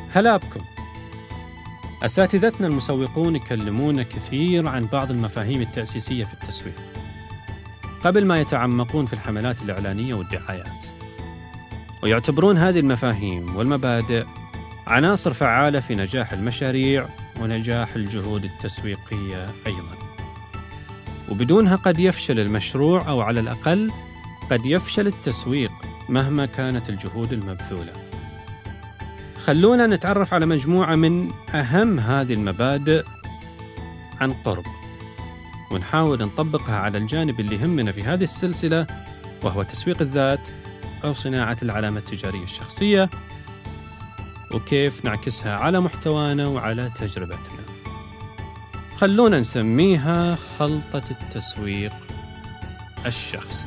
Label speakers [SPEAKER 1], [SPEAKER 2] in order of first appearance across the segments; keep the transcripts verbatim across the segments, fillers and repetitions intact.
[SPEAKER 1] هلا بكم. أساتذتنا المسوقون يكلمون كثير عن بعض المفاهيم التأسيسية في التسويق قبل ما يتعمقون في الحملات الإعلانية والدعايات، ويعتبرون هذه المفاهيم والمبادئ عناصر فعالة في نجاح المشاريع ونجاح الجهود التسويقية أيضاً. وبدونها قد يفشل المشروع، أو على الأقل قد يفشل التسويق مهما كانت الجهود المبذولة. خلونا نتعرف على مجموعة من أهم هذه المبادئ عن قرب، ونحاول نطبقها على الجانب اللي يهمنا في هذه السلسلة، وهو تسويق الذات أو صناعة العلامة التجارية الشخصية، وكيف نعكسها على محتوانا وعلى تجربتنا. خلونا نسميها خلطة التسويق الشخصي.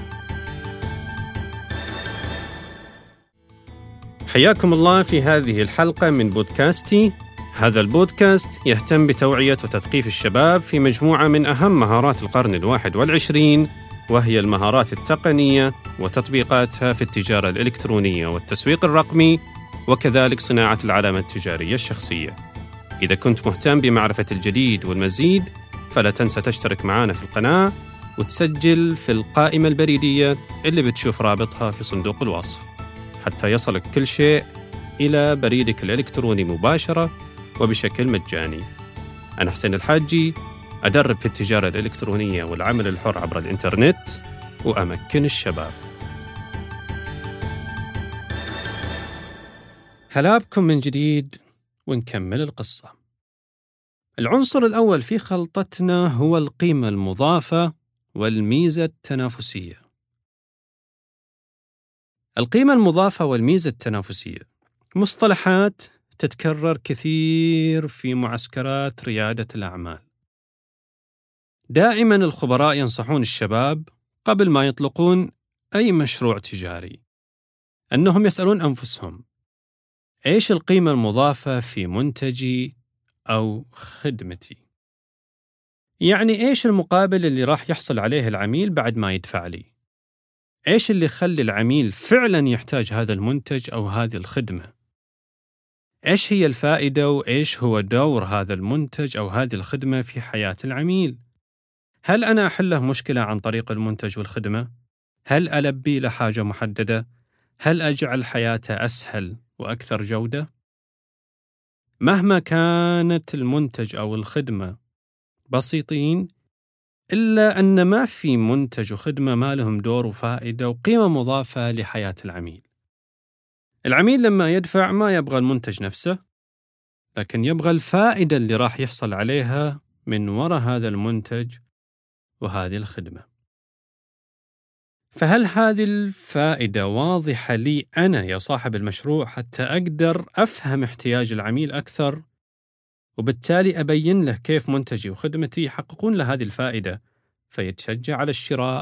[SPEAKER 1] حياكم الله في هذه الحلقة من بودكاستي. هذا البودكاست يهتم بتوعية وتثقيف الشباب في مجموعة من أهم مهارات القرن الواحد والعشرين، وهي المهارات التقنية وتطبيقاتها في التجارة الإلكترونية والتسويق الرقمي، وكذلك صناعة العلامة التجارية الشخصية. إذا كنت مهتم بمعرفة الجديد والمزيد، فلا تنسى تشترك معنا في القناة وتسجل في القائمة البريدية اللي بتشوف رابطها في صندوق الوصف، حتى يصلك كل شيء إلى بريدك الإلكتروني مباشرة وبشكل مجاني. أنا حسين الحاجي، أدرب في التجارة الإلكترونية والعمل الحر عبر الإنترنت، وأمكن الشباب. هلا بكم من جديد، ونكمل القصة. العنصر الأول في خلطتنا هو القيمة المضافة والميزة التنافسية. القيمة المضافة والميزة التنافسية مصطلحات تتكرر كثير في معسكرات ريادة الأعمال. دائما الخبراء ينصحون الشباب قبل ما يطلقون أي مشروع تجاري أنهم يسألون أنفسهم: إيش القيمة المضافة في منتجي أو خدمتي؟ يعني إيش المقابل اللي راح يحصل عليه العميل بعد ما يدفع لي؟ إيش اللي يخلي العميل فعلا يحتاج هذا المنتج أو هذه الخدمة؟ إيش هي الفائدة وإيش هو دور هذا المنتج أو هذه الخدمة في حياة العميل؟ هل أنا أحله مشكلة عن طريق المنتج والخدمة؟ هل ألبي له حاجة محددة؟ هل أجعل حياته أسهل وأكثر جودة؟ مهما كانت المنتج أو الخدمة بسيطين، إلا أن ما في منتج وخدمة ما لهم دور وفائدة وقيمة مضافة لحياة العميل. العميل لما يدفع ما يبغى المنتج نفسه، لكن يبغى الفائدة اللي راح يحصل عليها من وراء هذا المنتج وهذه الخدمة. فهل هذه الفائدة واضحة لي أنا يا صاحب المشروع حتى أقدر أفهم احتياج العميل أكثر، وبالتالي أبين له كيف منتجي وخدمتي يحققون له هذه الفائدة فيتشجع على الشراء؟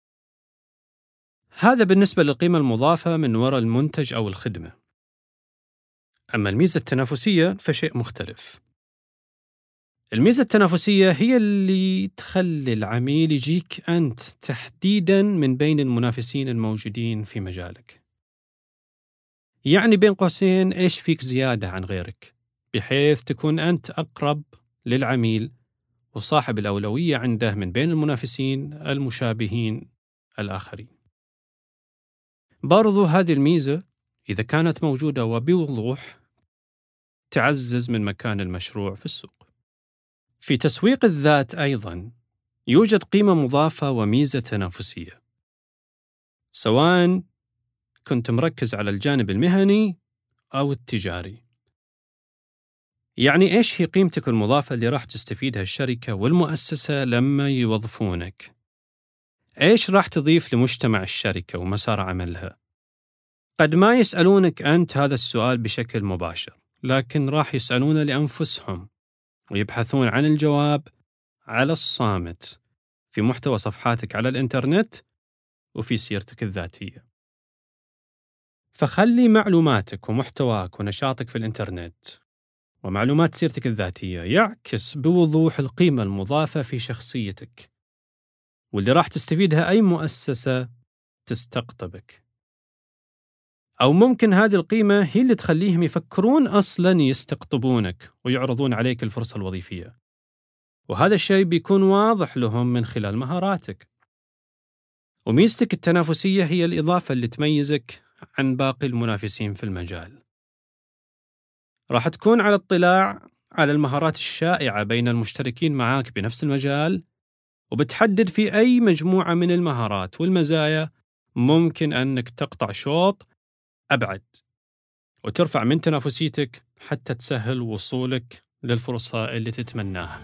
[SPEAKER 1] هذا بالنسبة للقيمة المضافة من وراء المنتج أو الخدمة. أما الميزة التنافسية فشيء مختلف. الميزة التنافسية هي اللي تخلي العميل يجيك أنت تحديداً من بين المنافسين الموجودين في مجالك. يعني بين قوسين إيش فيك زيادة عن غيرك، بحيث تكون أنت أقرب للعميل وصاحب الأولوية عنده من بين المنافسين المشابهين الآخرين. برضو هذه الميزة إذا كانت موجودة وبوضوح تعزز من مكان المشروع في السوق. في تسويق الذات أيضاً يوجد قيمة مضافة وميزة تنافسية، سواء كنت مركز على الجانب المهني أو التجاري. يعني إيش هي قيمتك المضافة اللي راح تستفيدها الشركة والمؤسسة لما يوظفونك؟ إيش راح تضيف لمجتمع الشركة ومسار عملها؟ قد ما يسألونك أنت هذا السؤال بشكل مباشر، لكن راح يسألونه لأنفسهم ويبحثون عن الجواب على الصامت في محتوى صفحاتك على الإنترنت وفي سيرتك الذاتية. فخلي معلوماتك ومحتواك ونشاطك في الإنترنت ومعلومات سيرتك الذاتية يعكس بوضوح القيمة المضافة في شخصيتك، واللي راح تستفيدها أي مؤسسة تستقطبك. أو ممكن هذه القيمة هي اللي تخليهم يفكرون أصلاً يستقطبونك ويعرضون عليك الفرصة الوظيفية، وهذا الشيء بيكون واضح لهم من خلال مهاراتك. وميزتك التنافسية هي الإضافة اللي تميزك عن باقي المنافسين في المجال. راح تكون على اطلاع على المهارات الشائعة بين المشتركين معاك بنفس المجال، وبتحدد في أي مجموعة من المهارات والمزايا ممكن أنك تقطع شوط أبعد وترفع من تنافسيتك حتى تسهل وصولك للفرصة اللي تتمناها.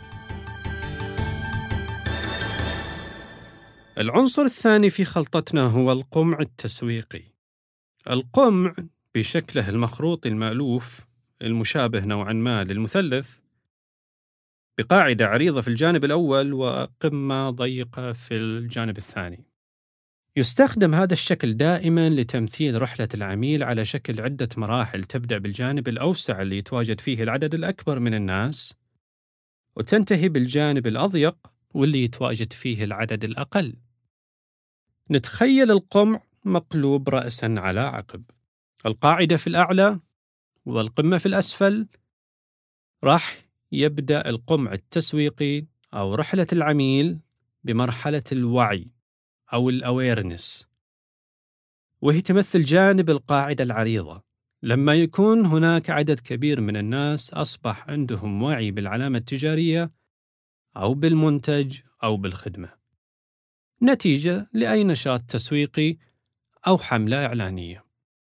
[SPEAKER 1] العنصر الثاني في خلطتنا هو القمع التسويقي. القمع بشكله المخروطي المألوف المشابه نوعا ما للمثلث، بقاعدة عريضة في الجانب الأول وقمة ضيقة في الجانب الثاني. يستخدم هذا الشكل دائما لتمثيل رحلة العميل على شكل عدة مراحل، تبدأ بالجانب الأوسع اللي يتواجد فيه العدد الأكبر من الناس، وتنتهي بالجانب الأضيق واللي يتواجد فيه العدد الأقل. نتخيل القمع مقلوب رأسا على عقب، القاعدة في الأعلى والقمة في الأسفل. راح يبدأ القمع التسويقي أو رحلة العميل بمرحلة الوعي أو الأويرنس، وهي تمثل جانب القاعدة العريضة. لما يكون هناك عدد كبير من الناس أصبح عندهم وعي بالعلامة التجارية أو بالمنتج أو بالخدمة، نتيجة لأي نشاط تسويقي أو حملة إعلانية.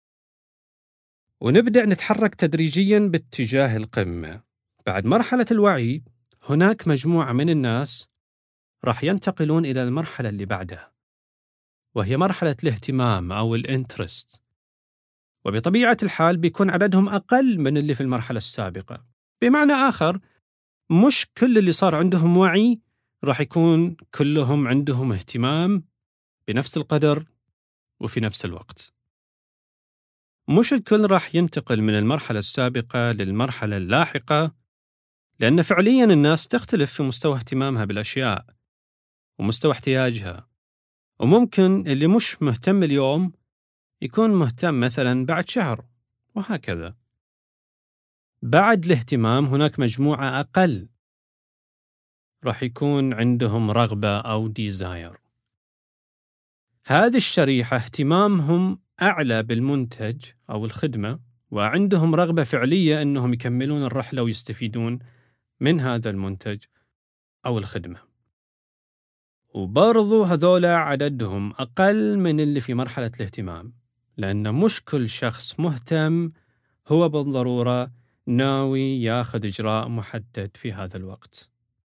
[SPEAKER 1] ونبدأ نتحرك تدريجياً باتجاه القمة. بعد مرحلة الوعي هناك مجموعة من الناس راح ينتقلون إلى المرحلة اللي بعدها، وهي مرحلة الاهتمام أو الانترست، وبطبيعة الحال بيكون عددهم أقل من اللي في المرحلة السابقة. بمعنى آخر، مش كل اللي صار عندهم وعي راح يكون كلهم عندهم اهتمام بنفس القدر وفي نفس الوقت. مش الكل راح ينتقل من المرحلة السابقة للمرحلة اللاحقة، لأن فعلياً الناس تختلف في مستوى اهتمامها بالأشياء ومستوى احتياجها، وممكن اللي مش مهتم اليوم يكون مهتم مثلاً بعد شهر، وهكذا. بعد الاهتمام هناك مجموعة أقل راح يكون عندهم رغبة أو ديزاير. هذه الشريحة اهتمامهم أعلى بالمنتج أو الخدمة، وعندهم رغبة فعلية أنهم يكملون الرحلة ويستفيدون من هذا المنتج أو الخدمة. وبرضو هذولا عددهم أقل من اللي في مرحلة الاهتمام، لأن مش كل شخص مهتم هو بالضرورة ناوي ياخذ إجراء محدد في هذا الوقت.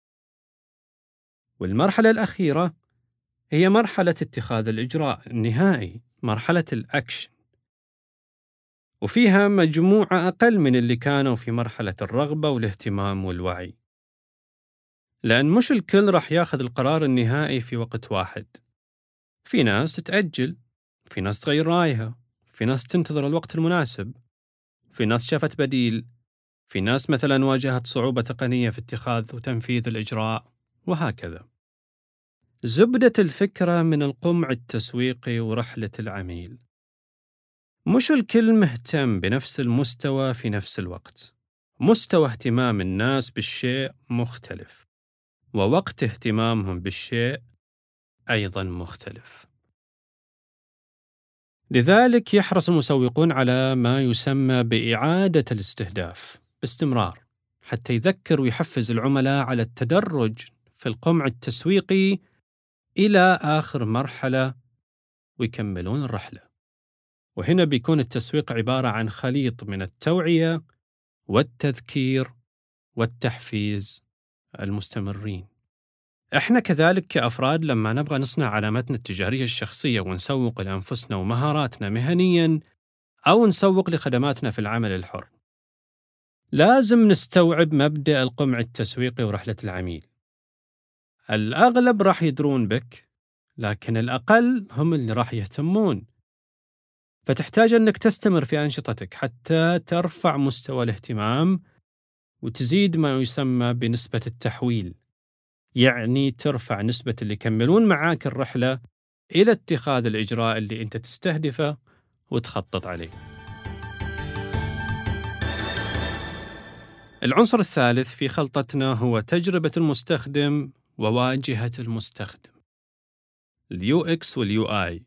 [SPEAKER 1] والمرحلة الأخيرة هي مرحلة اتخاذ الإجراء النهائي، مرحلة الأكشن، وفيها مجموعة أقل من اللي كانوا في مرحلة الرغبة والاهتمام والوعي، لأن مش الكل راح ياخذ القرار النهائي في وقت واحد. في ناس تأجل، في ناس تغير رأيها، في ناس تنتظر الوقت المناسب، في ناس شافت بديل، في ناس مثلا واجهت صعوبة تقنية في اتخاذ وتنفيذ الإجراء، وهكذا. زبدة الفكرة من القمع التسويقي ورحلة العميل، مش الكل مهتم بنفس المستوى في نفس الوقت. مستوى اهتمام الناس بالشيء مختلف، ووقت اهتمامهم بالشيء أيضا مختلف. لذلك يحرص المسوقون على ما يسمى بإعادة الاستهداف باستمرار، حتى يذكر ويحفز العملاء على التدرج في القمع التسويقي إلى آخر مرحلة ويكملون الرحلة. وهنا بيكون التسويق عبارة عن خليط من التوعية والتذكير والتحفيز المستمرين. احنا كذلك كأفراد لما نبغى نصنع علامتنا التجارية الشخصية ونسوق لأنفسنا ومهاراتنا مهنياً، أو نسوق لخدماتنا في العمل الحر، لازم نستوعب مبدأ القمع التسويقي ورحلة العميل. الأغلب راح يدرون بك، لكن الأقل هم اللي راح يهتمون، فتحتاج أنك تستمر في أنشطتك حتى ترفع مستوى الاهتمام وتزيد ما يسمى بنسبة التحويل، يعني ترفع نسبة اللي يكملون معاك الرحلة إلى اتخاذ الإجراء اللي أنت تستهدفه وتخطط عليه. العنصر الثالث في خلطتنا هو تجربة المستخدم وواجهة المستخدم، اليو إكس واليو آي.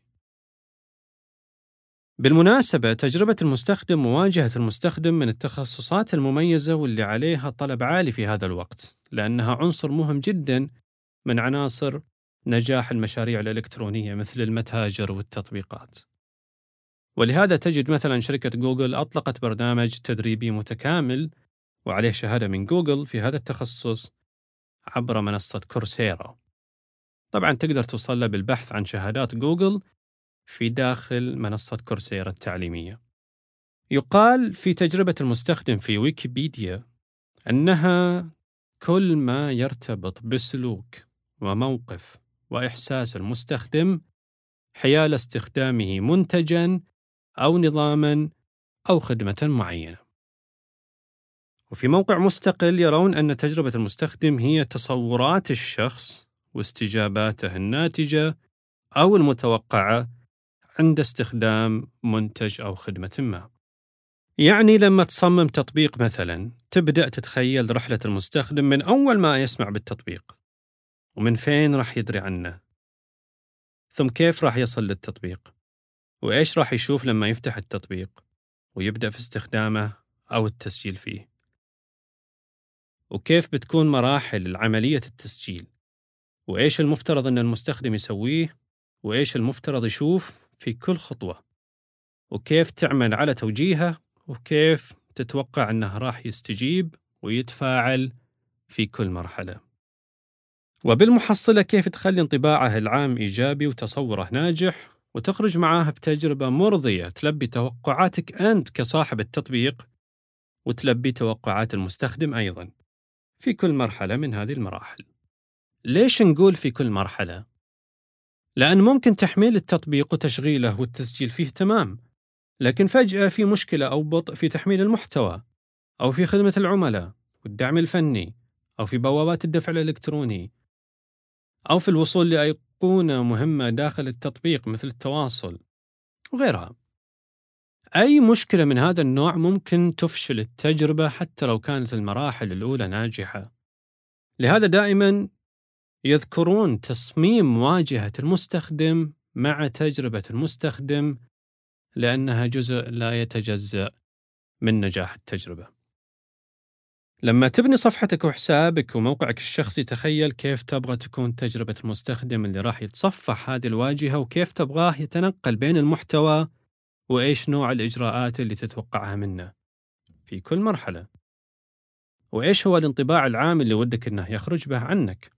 [SPEAKER 1] بالمناسبة تجربة المستخدم وواجهة المستخدم من التخصصات المميزة واللي عليها طلب عالي في هذا الوقت، لأنها عنصر مهم جدا من عناصر نجاح المشاريع الإلكترونية مثل المتاجر والتطبيقات. ولهذا تجد مثلا شركة جوجل أطلقت برنامج تدريبي متكامل وعليه شهادة من جوجل في هذا التخصص عبر منصة كورسيرا. طبعا تقدر توصل له بالبحث عن شهادات جوجل في داخل منصة كورسيرا التعليمية. يقال في تجربة المستخدم في ويكيبيديا أنها كل ما يرتبط بسلوك وموقف وإحساس المستخدم حيال استخدامه منتجاً أو نظاماً أو خدمة معينة. وفي موقع مستقل يرون أن تجربة المستخدم هي تصورات الشخص واستجاباته الناتجة أو المتوقعة عند استخدام منتج أو خدمة ما. يعني لما تصمم تطبيق مثلا تبدأ تتخيل رحلة المستخدم من أول ما يسمع بالتطبيق، ومن فين راح يدري عنه، ثم كيف راح يصل للتطبيق، وإيش راح يشوف لما يفتح التطبيق ويبدأ في استخدامه أو التسجيل فيه، وكيف بتكون مراحل عملية التسجيل، وإيش المفترض أن المستخدم يسويه، وإيش المفترض يشوف في كل خطوة، وكيف تعمل على توجيهه، وكيف تتوقع أنه راح يستجيب ويتفاعل في كل مرحلة. وبالمحصلة كيف تخلي انطباعه العام إيجابي وتصوره ناجح، وتخرج معاه بتجربة مرضية تلبي توقعاتك أنت كصاحب التطبيق وتلبي توقعات المستخدم أيضاً في كل مرحلة من هذه المراحل. ليش نقول في كل مرحلة؟ لأن ممكن تحميل التطبيق وتشغيله والتسجيل فيه تمام، لكن فجأة في مشكلة أو بطء في تحميل المحتوى، أو في خدمة العملاء والدعم الفني، أو في بوابات الدفع الإلكتروني، أو في الوصول لأيقونة مهمة داخل التطبيق مثل التواصل وغيرها. أي مشكلة من هذا النوع ممكن تفشل التجربة حتى لو كانت المراحل الأولى ناجحة. لهذا دائما يذكرون تصميم واجهة المستخدم مع تجربة المستخدم، لأنها جزء لا يتجزأ من نجاح التجربة. لما تبني صفحتك وحسابك وموقعك الشخصي، تخيل كيف تبغى تكون تجربة المستخدم اللي راح يتصفح هذه الواجهة، وكيف تبغاه يتنقل بين المحتوى، وإيش نوع الإجراءات اللي تتوقعها منه في كل مرحلة، وإيش هو الانطباع العام اللي ودك إنه يخرج به عنك.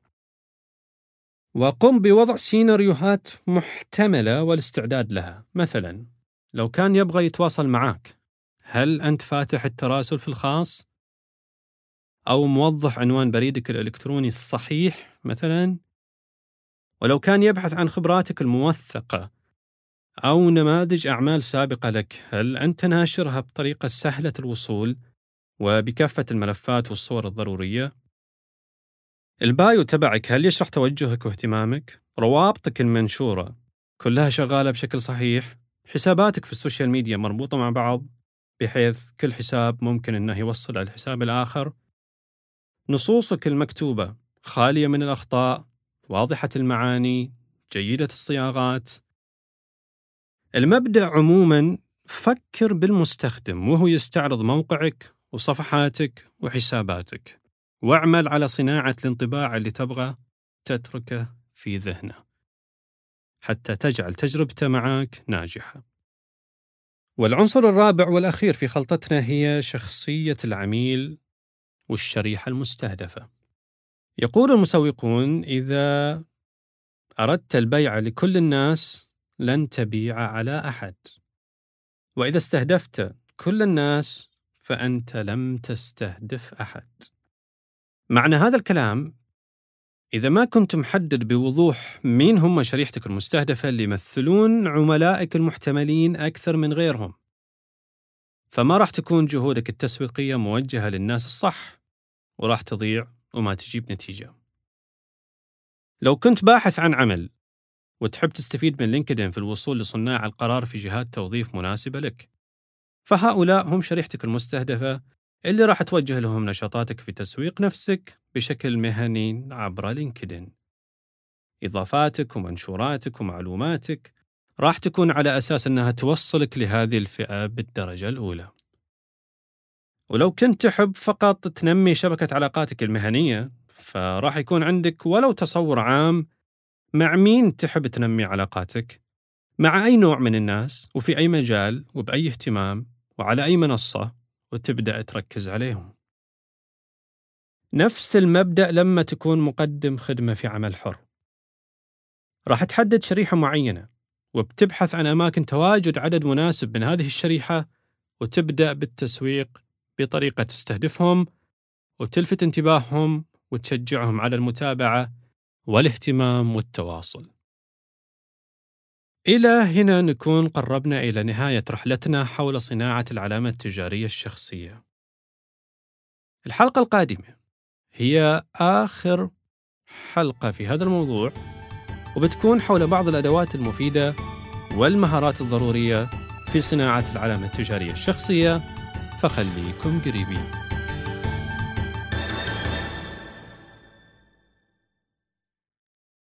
[SPEAKER 1] وقم بوضع سيناريوهات محتملة والاستعداد لها. مثلا لو كان يبغى يتواصل معك، هل أنت فاتح التراسل في الخاص؟ أو موضح عنوان بريدك الإلكتروني الصحيح مثلا؟ ولو كان يبحث عن خبراتك الموثقة أو نماذج أعمال سابقة لك، هل أنت ناشرها بطريقة سهلة الوصول وبكافة الملفات والصور الضرورية؟ البايو تبعك هل يشرح توجهك واهتمامك؟ روابطك المنشورة كلها شغالة بشكل صحيح؟ حساباتك في السوشيال ميديا مربوطة مع بعض بحيث كل حساب ممكن أنه يوصل على الحساب الآخر؟ نصوصك المكتوبة خالية من الأخطاء، واضحة المعاني، جيدة الصياغات؟ المبدأ عموماً، فكر بالمستخدم وهو يستعرض موقعك وصفحاتك وحساباتك، واعمل على صناعة الانطباع اللي تبغى تتركه في ذهنه حتى تجعل تجربته معك ناجحة. والعنصر الرابع والأخير في خلطتنا هي شخصية العميل والشريحة المستهدفة. يقول المسوقون: إذا أردت البيع لكل الناس لن تبيع على أحد، وإذا استهدفت كل الناس فأنت لم تستهدف أحد. معنى هذا الكلام، إذا ما كنت محدد بوضوح مين هم شريحتك المستهدفة اللي يمثلون عملائك المحتملين أكثر من غيرهم، فما راح تكون جهودك التسويقية موجهة للناس الصح، وراح تضيع وما تجيب نتيجة. لو كنت باحث عن عمل وتحب تستفيد من لينكدين في الوصول لصناع القرار في جهات توظيف مناسبة لك. فهؤلاء هم شريحتك المستهدفة اللي راح توجه لهم نشاطاتك في تسويق نفسك بشكل مهني عبر لينكدين. إضافاتك ومنشوراتك ومعلوماتك راح تكون على أساس أنها توصلك لهذه الفئة بالدرجة الأولى. ولو كنت تحب فقط تنمي شبكة علاقاتك المهنية، فراح يكون عندك ولو تصور عام مع مين تحب تنمي علاقاتك، مع أي نوع من الناس وفي أي مجال وبأي اهتمام وعلى أي منصة، وتبدأ تركز عليهم. نفس المبدأ لما تكون مقدم خدمة في عمل حر، راح تحدد شريحة معينة وبتبحث عن أماكن تواجد عدد مناسب من هذه الشريحة، وتبدأ بالتسويق بطريقة تستهدفهم وتلفت انتباههم وتشجعهم على المتابعة والاهتمام والتواصل. إلى هنا نكون قربنا إلى نهاية رحلتنا حول صناعة العلامة التجارية الشخصية. الحلقة القادمة هي آخر حلقة في هذا الموضوع، وبتكون حول بعض الأدوات المفيدة والمهارات الضرورية في صناعة العلامة التجارية الشخصية، فخليكم قريبين.